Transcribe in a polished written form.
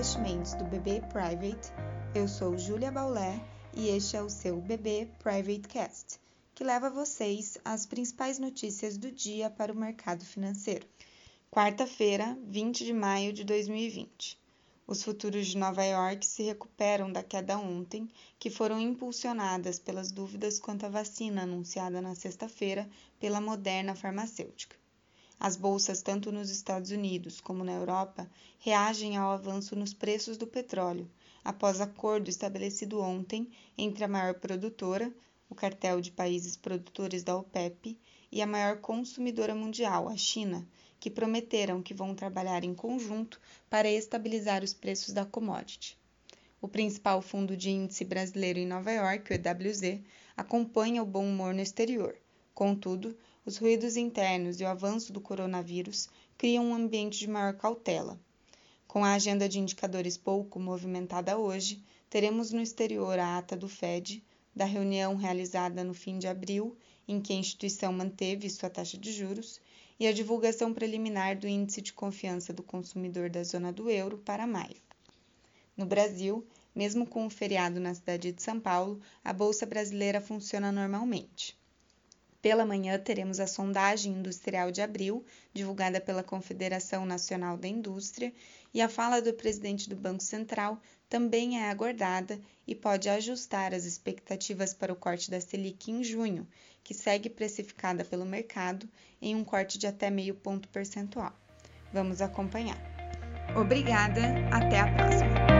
investimentos do BB Private. Eu sou Júlia Baulé e este é o seu BB Private Cast, que leva vocês as principais notícias do dia para o mercado financeiro. Quarta-feira, 20 de maio de 2020. Os futuros de Nova York se recuperam da queda ontem, que foram impulsionadas pelas dúvidas quanto à vacina anunciada na sexta-feira pela Moderna farmacêutica. As bolsas, tanto nos Estados Unidos como na Europa, reagem ao avanço nos preços do petróleo, após acordo estabelecido ontem entre a maior produtora, o cartel de países produtores da OPEP, e a maior consumidora mundial, a China, que prometeram que vão trabalhar em conjunto para estabilizar os preços da commodity. O principal fundo de índice brasileiro em Nova York, o EWZ, acompanha o bom humor no exterior. Contudo, os ruídos internos e o avanço do coronavírus criam um ambiente de maior cautela. Com a agenda de indicadores pouco movimentada hoje, teremos no exterior a ata do Fed, da reunião realizada no fim de abril, em que a instituição manteve sua taxa de juros, e a divulgação preliminar do Índice de Confiança do Consumidor da Zona do Euro para maio. No Brasil, mesmo com o feriado na cidade de São Paulo, a Bolsa Brasileira funciona normalmente. Pela manhã, teremos a sondagem industrial de abril, divulgada pela Confederação Nacional da Indústria, e a fala do presidente do Banco Central também é aguardada e pode ajustar as expectativas para o corte da Selic em junho, que segue precificada pelo mercado em um corte de até 0,5 ponto percentual. Vamos acompanhar. Obrigada, até a próxima!